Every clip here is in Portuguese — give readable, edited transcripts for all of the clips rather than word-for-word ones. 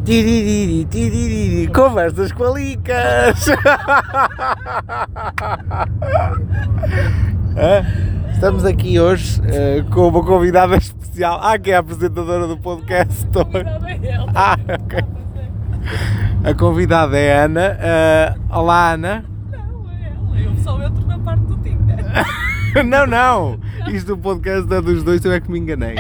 Tiririri, tiririri, conversas com a Licas. Estamos aqui hoje com uma convidada especial. Que é a apresentadora do podcast. Ok. A convidada é a Ana. Olá, Ana. Não, é ela. Eu só entro na parte do Tinder. Não. Isto do podcast é dos dois, eu é que me enganei.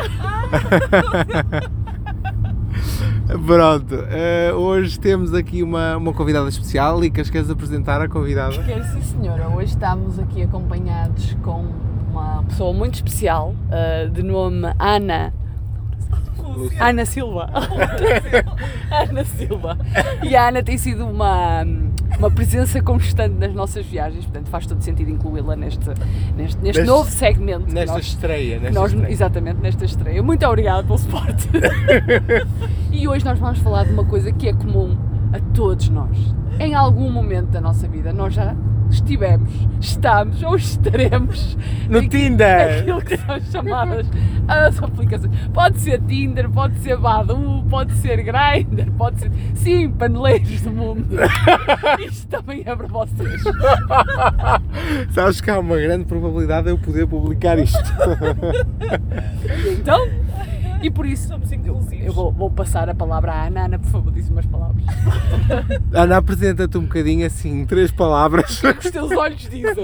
Pronto, hoje temos aqui uma convidada especial. Licas, queres apresentar a convidada? Quero sim, senhora. Hoje estamos aqui acompanhados com uma pessoa muito especial, de nome Ana Silva. Ana Silva. E a Ana tem sido uma presença constante nas nossas viagens, portanto faz todo sentido incluí-la neste novo segmento. Nesta estreia. Exatamente, nesta estreia. Muito obrigada pelo suporte. E hoje nós vamos falar de uma coisa que é comum a todos nós. Em algum momento da nossa vida nós já estamos ou estaremos no Tinder. Aquilo que são chamadas as aplicações. Pode ser Tinder, pode ser Badoo, pode ser Grindr, pode ser... Sim, paneleiros do mundo. Isto também é para vocês. Sabes que há uma grande probabilidade de eu poder publicar isto. Então, e por isso somos inclusivos. Eu vou passar a palavra à Ana. Ana, por favor, diz umas palavras. Ana, apresenta-te um bocadinho assim, 3 palavras. Os teus olhos dizem.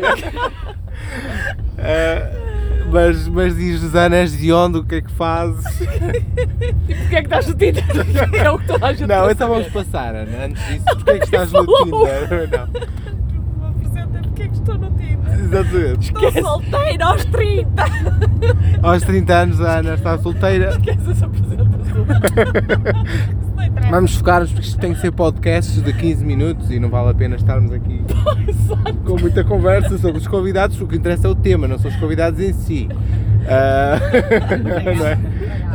Mas diz-nos, Ana, és de onde, o que é que fazes? E porquê é que estás no Tinder? É o que toda a gente Não, quer então saber. vamos passar, Ana, antes disso, porquê é que estás no Tinder? Não. Me apresenta porque é que estou no Tinder. Exatamente. Estou solteira aos 30. Aos 30 anos a Ana está solteira. Esquece essa apresentação. Vamos focar-nos porque isto tem que ser podcasts de 15 minutos e não vale a pena estarmos aqui com muita conversa sobre os convidados, o que interessa é o tema, não são os convidados em si. Não é?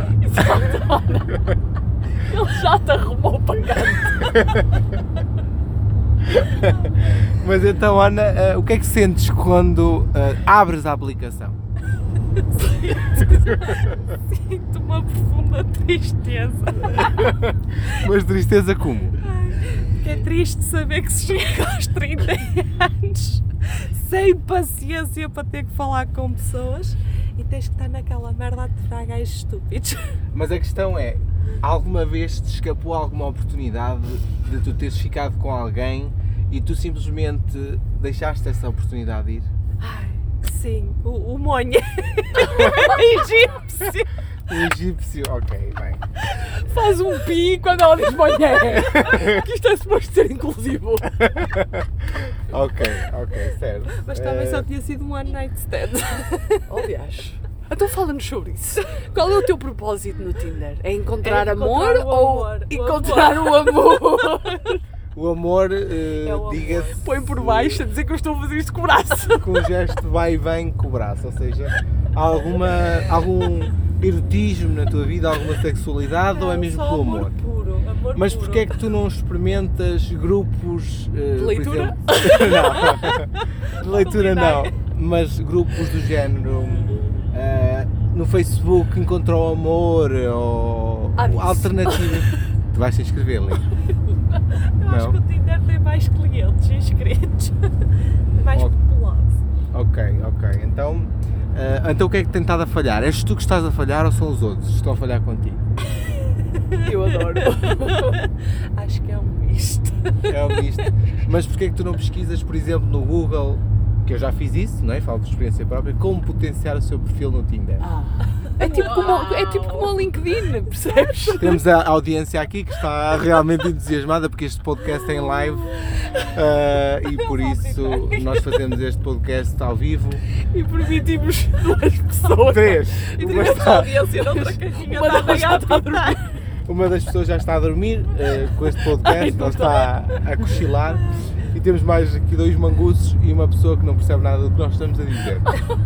Ele já te arrumou para cá. Mas então, Ana, o que é que sentes quando abres a aplicação? Sinto uma profunda tristeza. Mas tristeza como? Porque é triste saber que se chega aos 30 anos sem paciência para ter que falar com pessoas e tens que estar naquela merda a aturar gajos estúpidos. Mas a questão é, alguma vez te escapou alguma oportunidade de tu teres ficado com alguém e tu simplesmente deixaste essa oportunidade ir? Ai, sim, o Monha. Egípcio. O egípcio, ok, bem. Faz um pi quando ela diz manhã. Que isto é suposto ser inclusivo. Ok, certo. Mas também só tinha sido um one night stand. Aliás, então fala-nos sobre isso. Qual é o teu propósito no Tinder? É encontrar É amor encontrar o ou amor. encontrar o amor? O amor, o amor. diga-se... Põe por baixo a dizer que eu estou a fazer isto com o braço. Com o gesto vai e vem com o braço, ou seja, há algum erotismo na tua vida, alguma sexualidade ou é mesmo pelo amor? Puro, amor Mas puro. porquê é que tu não experimentas grupos... De leitura? Não, de leitura não, mas grupos do género... no Facebook encontrou amor ou alternativa. Tu vais te inscrever, Lê? Eu acho que o Tinder tem mais clientes inscritos. É mais populoso. Ok. Então o que é que tem estado a falhar? És tu que estás a falhar ou são os outros que estão a falhar contigo? Eu adoro. Acho que é um misto. É o misto. Mas porquê é que tu não pesquisas, por exemplo, no Google, que eu já fiz isso, não é? Falo de experiência própria, como potenciar o seu perfil no Tinder? É tipo como o LinkedIn, percebes? Temos a audiência aqui que está realmente entusiasmada porque este podcast é em live e por isso nós fazemos este podcast ao vivo. E permitimos 2 pessoas. 3. E tivemos audiência noutra caixinha Uma da delas já está a dormir. Uma das pessoas já está a dormir com este podcast, não está a cochilar. E temos mais aqui 2 manguços e uma pessoa que não percebe nada do que nós estamos a dizer.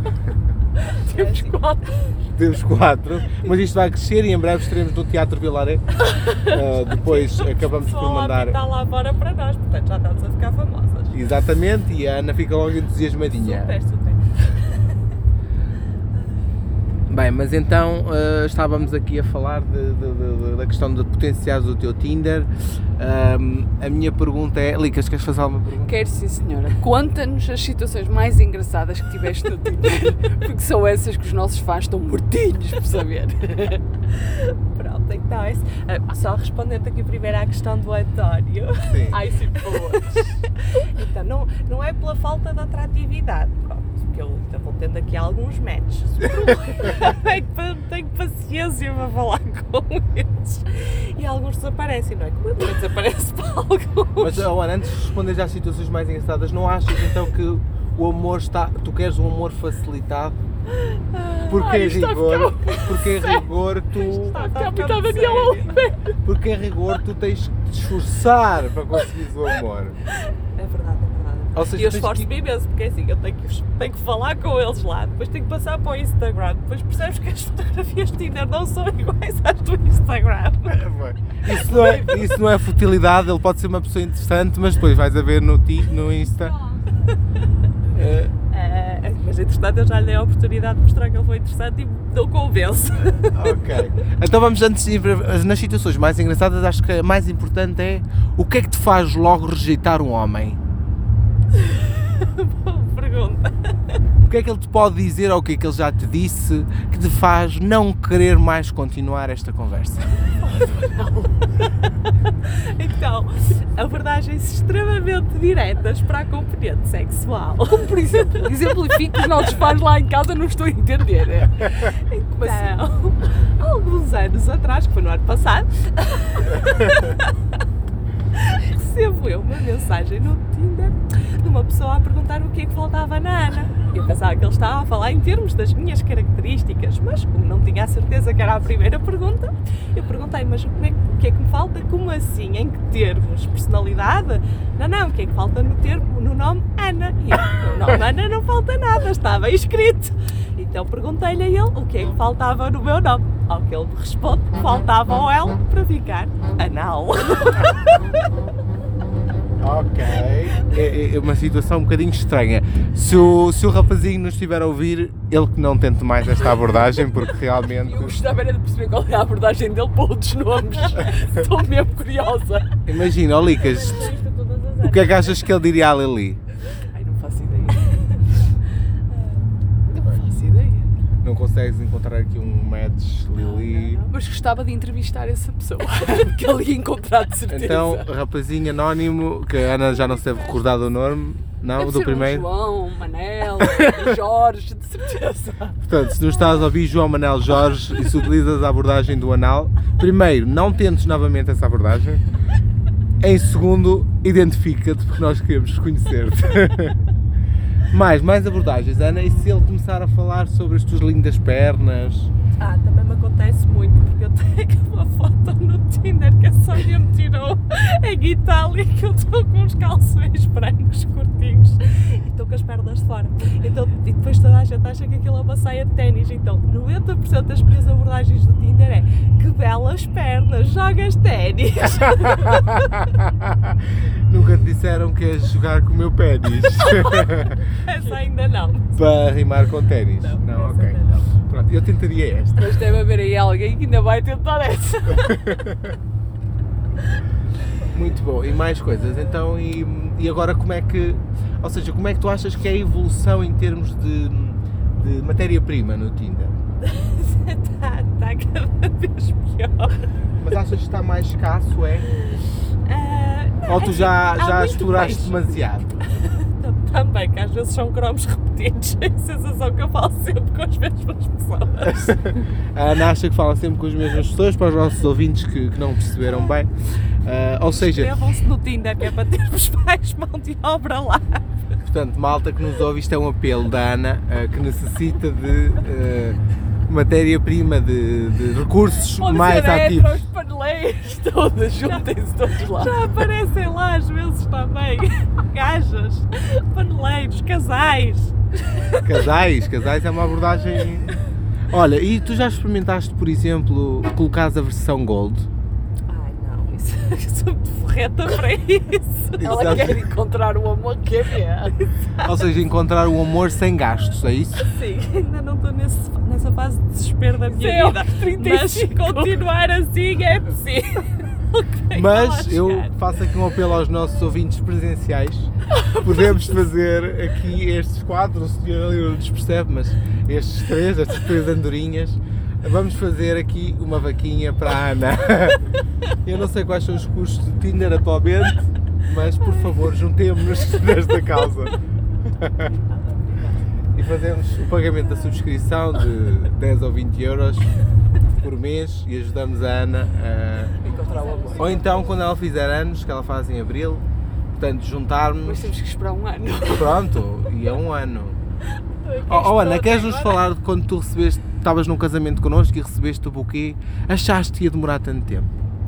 Temos 4. Temos 4, mas isto vai crescer e em breve estaremos no Teatro Vilaré. Depois acabamos por mandar. Está lá fora para nós, portanto já estamos a ficar famosas. Exatamente, e a Ana fica logo entusiasmadinha. Super. Bem, mas então estávamos aqui a falar da questão de potenciais do teu Tinder. A minha pergunta é... Licas, queres fazer alguma pergunta? Quero sim, senhora. Conta-nos as situações mais engraçadas que tiveste no Tinder, porque são essas que os nossos fãs estão mortinhos por saber. Pronto, então é isso. Só respondendo aqui primeiro à questão do António. Sim. Ai, sim, por favor. Então, não é pela falta de atratividade, pronto, que eu ainda vou tendo aqui alguns matches. Tenho paciência para falar com eles. E alguns desaparecem, não é? Como eu também desapareço para alguns. Mas, Ana, antes de responder às situações mais engraçadas, não achas então que o amor está... Tu queres um amor facilitado? Porque em rigor tu... Porque em rigor tu tens que te esforçar para conseguires o amor. É verdade. Ou seja, E eu esforço-me imenso, porque é assim, eu tenho que falar com eles lá, depois tenho que passar para o Instagram, depois percebes que as fotografias de Tinder não são iguais às do Instagram. Isso não é futilidade, ele pode ser uma pessoa interessante, mas depois vais a ver no Insta. Mas entretanto eu já lhe dei a oportunidade de mostrar que ele foi interessante e não convenço. Ok. Então vamos, antes de ir nas situações mais engraçadas, acho que a mais importante é o que é que te faz logo rejeitar um homem? Boa pergunta. O que é que ele te pode dizer ou o que é que ele já te disse que te faz não querer mais continuar esta conversa? Então, abordagens extremamente diretas para a componente sexual. Como por exemplo, exemplifico os nossos fãs lá em casa, não estou a entender. Então, há alguns anos atrás, que foi no ano passado, recebo eu uma mensagem no Tinder de uma pessoa a perguntar o que é que faltava na Ana. Eu pensava que ele estava a falar em termos das minhas características, mas como não tinha a certeza que era a primeira pergunta, eu perguntei, mas o que é que me falta? Como assim? Em que termos? Personalidade? Não, o que é que falta no nome Ana? E no nome Ana não falta nada, estava escrito. Então perguntei-lhe a ele o que é que faltava no meu nome. Ao que ele me responde que faltava o L para ficar anal. Ok. É uma situação um bocadinho estranha. Se o rapazinho nos estiver a ouvir, ele que não tente mais esta abordagem, porque realmente... Eu gostava era de perceber qual é a abordagem dele para outros nomes. Estou mesmo curiosa. Imagina, Licas, o que é que achas que ele diria à Lili? Ai, não faço ideia. Não faço ideia. Não consegues encontrar aqui um match, Lili? Mas gostava de entrevistar essa pessoa, que ele ia encontrar de certeza. Então, rapazinho anónimo, que a Ana já não se deve recordar do nome, não, deve do ser primeiro. João, Manel, Jorge, de certeza. Portanto, se não estás a ouvir João, Manel, Jorge e se utilizas a abordagem do anal, primeiro, não tentes novamente essa abordagem. Em segundo, identifica-te, porque nós queremos conhecer-te. Mais abordagens, Ana, e se ele começar a falar sobre as tuas lindas pernas? Também me acontece muito, porque eu tenho uma foto no Tinder que a Sónia me tirou em Itália, que eu estou com os calções brancos curtinhos e estou com as pernas de fora. Então, e depois toda a gente acha que aquilo é uma saia de ténis. Então, 90% das minhas abordagens do Tinder é: que belas pernas, jogas ténis. Nunca te disseram que és jogar com o meu pênis? Essa ainda não. Para rimar com ténis? Não, ok. Ainda não. Pronto, eu tentaria esta. Mas deve haver aí alguém que ainda vai tentar essa. Muito bom, e mais coisas, então, e agora como é que, ou seja, como é que tu achas que é a evolução em termos de matéria-prima no Tinder? Está cada vez pior. Mas achas que está mais escasso, é? Ou tu já exploraste demasiado? Também, que às vezes são cromos repetidos, é a sensação que eu falo sempre com as mesmas pessoas. A Ana acha que fala sempre com as mesmas pessoas, para os nossos ouvintes que não perceberam bem. Ou seja... Inscrevam-se no Tinder, que é para termos mais mão de obra lá. Portanto, malta que nos ouve, isto é um apelo da Ana, que necessita de matéria-prima, de recursos mais ativos. Os paneleiros, todos, juntem-se todos lá. Já aparecem lá às vezes também, gajas, paneleiros, casais. Casais é uma abordagem... Olha, e tu já experimentaste, por exemplo, colocares a versão Gold? Ai não, isso Sou muito forreta para isso. Ela Exato. quer encontrar o amor que é. Ou seja, encontrar o amor sem gastos, é isso? Sim, ainda não estou nessa fase de desespero da minha Sim, aos vida. 35. Mas continuar assim é possível. Mas eu faço aqui um apelo aos nossos ouvintes presenciais. Podemos fazer aqui estes 4, o senhor ali não nos percebe, mas estas 3 andorinhas. Vamos fazer aqui uma vaquinha para a Ana. Eu não sei quais são os custos de Tinder atualmente, mas por favor juntemo-nos nesta causa. E fazemos o pagamento da subscrição de 10 ou 20 euros por mês e ajudamos a Ana a... Encontrar o amor. Ou então quando ela fizer anos, que ela faz em Abril, portanto Mas juntarmos, temos que esperar um ano. pronto, e é um ano. Oh Ana, queres-nos falar de quando tu recebeste, estavas num casamento connosco e recebeste o buquê, achaste que ia demorar tanto tempo?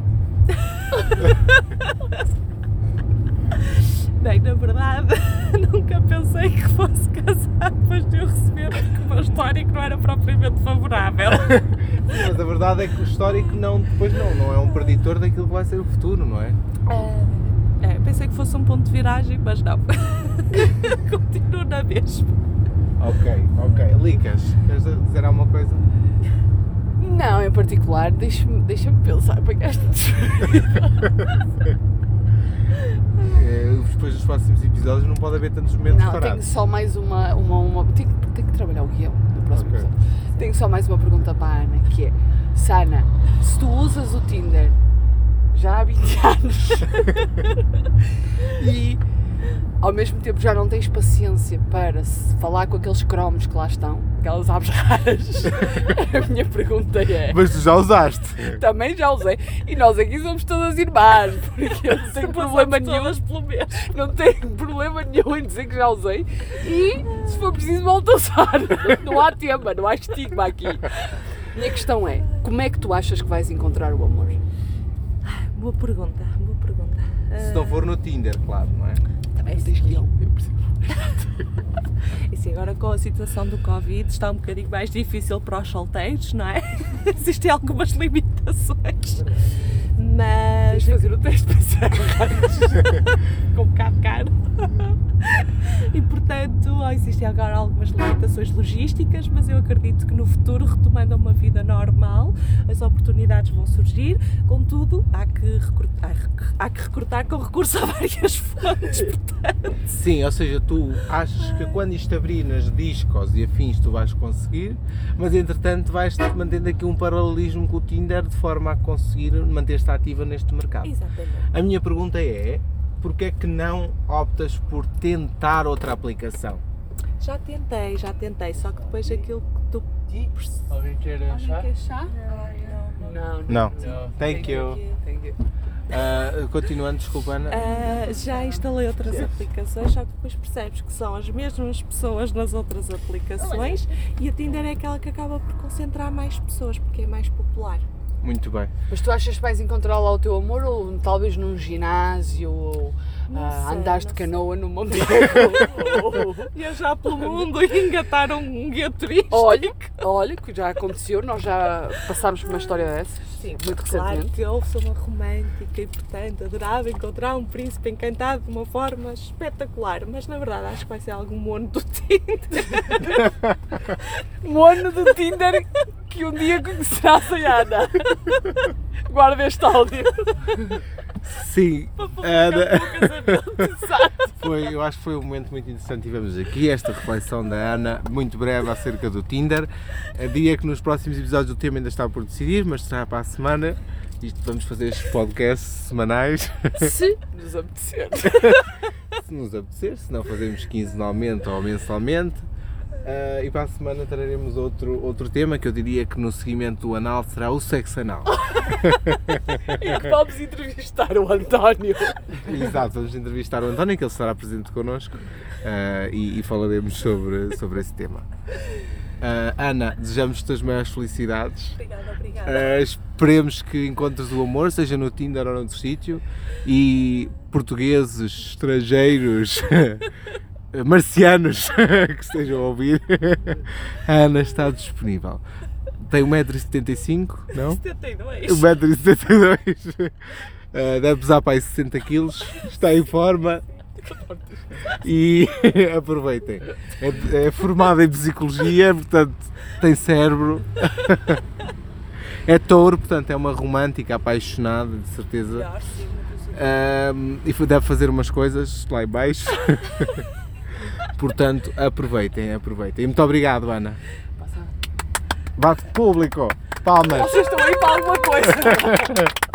Bem, na verdade, nunca pensei que fosse casar depois de eu receber, porque o meu histórico não era propriamente favorável. Mas a verdade é que o histórico não é um preditor daquilo que vai ser o futuro, não é? Pensei que fosse um ponto de viragem, mas não. Continuo na mesma. Ok. Licas, queres dizer alguma coisa? Não, em particular, deixa-me pensar. Depois dos próximos episódios não pode haver tantos momentos Não, tenho parados. só mais uma tenho que trabalhar o guião no próximo Ok. episódio. Tenho só mais uma pergunta para a Ana, que é: Sana, se tu usas o Tinder já há 20 anos e ao mesmo tempo já não tens paciência para falar com aqueles cromos que lá estão, aquelas aves raras, a minha pergunta é: Mas tu já usaste? também já usei, e nós aqui somos todas irmãs, porque eu não tenho problema nenhum, Todas pelo mesmo. não tenho problema nenhum em dizer que já usei, e se for preciso volto a usar. Não há tema, não há estigma aqui. Minha questão é: como é que tu achas que vais encontrar o amor? Boa pergunta. Se não for no Tinder, claro, não é? Também tens guião, eu percebo. E sim, agora com a situação do Covid está um bocadinho mais difícil para os solteiros, não é? Existem algumas limitações. Mas Tens de fazer o teste para ser com um bocado caro. E portanto, existem agora algumas limitações logísticas, mas eu acredito que no futuro, retomando uma vida normal, as oportunidades vão surgir. Contudo, há que recrutar com recurso a várias fontes, portanto. Sim, ou seja, tu achas que quando isto abrir nas discos e afins tu vais conseguir, mas entretanto vais-te mantendo aqui um paralelismo com o Tinder de forma a conseguir manter-te ativa neste mercado. Exatamente. A minha pergunta é, porque é que não optas por tentar outra aplicação? Já tentei, só que depois aquilo que tu... Alguém quer achar? Quer chá? Não. Não. Não. Thank you. Thank you. Continuando, desculpa Ana. Já instalei outras aplicações, só que depois percebes que são as mesmas pessoas nas outras aplicações e a Tinder é aquela que acaba por concentrar mais pessoas, porque é mais popular. Muito bem. Mas tu achas que vais encontrar lá o teu amor, ou talvez num ginásio, ou Não sei, andares de não sei. canoa num Mondego? Viajar pelo mundo e engatar um guia turístico. Olha, que já aconteceu, nós já passámos por uma história dessas, Sim, muito claro recentemente. que eu sou uma romântica e, portanto, adorava encontrar um príncipe encantado de uma forma espetacular, mas na verdade acho que vai ser algum mono do Tinder. Mono do Tinder que um dia conhecerás a Ana. Guarda este áudio. Sim, Para Ana. publicar no meu casamento. Eu acho que foi um momento muito interessante. Tivemos aqui esta reflexão da Ana, muito breve, acerca do Tinder. Diria que nos próximos episódios o tema ainda está por decidir, mas será para a semana. Isto, vamos fazer estes podcasts semanais, Se nos apetecer. se nos apetecer, se não fazemos quinzenalmente ou mensalmente. E para a semana traremos outro tema que eu diria que no seguimento do anal será o sexo anal. E que vamos entrevistar o António. Exato, vamos entrevistar o António, que ele estará presente connosco e falaremos sobre esse tema. Ana, desejamos-te as maiores felicidades. Obrigada. Esperemos que encontres o amor, seja no Tinder ou noutro sítio, e portugueses, estrangeiros, marcianos que estejam a ouvir, a Ana está disponível. Tem 1,75 m, não? 72. 1,72 m. Deve pesar para aí 60 kg, está em forma e aproveitem. É formada em psicologia, portanto tem cérebro. É touro, portanto é uma romântica apaixonada, de certeza. Melhor, sim, uma pessoa. E deve fazer umas coisas lá em baixo. Portanto, aproveitem. E muito obrigado, Ana. Bate público. Palmas. Vocês estão aí para alguma coisa.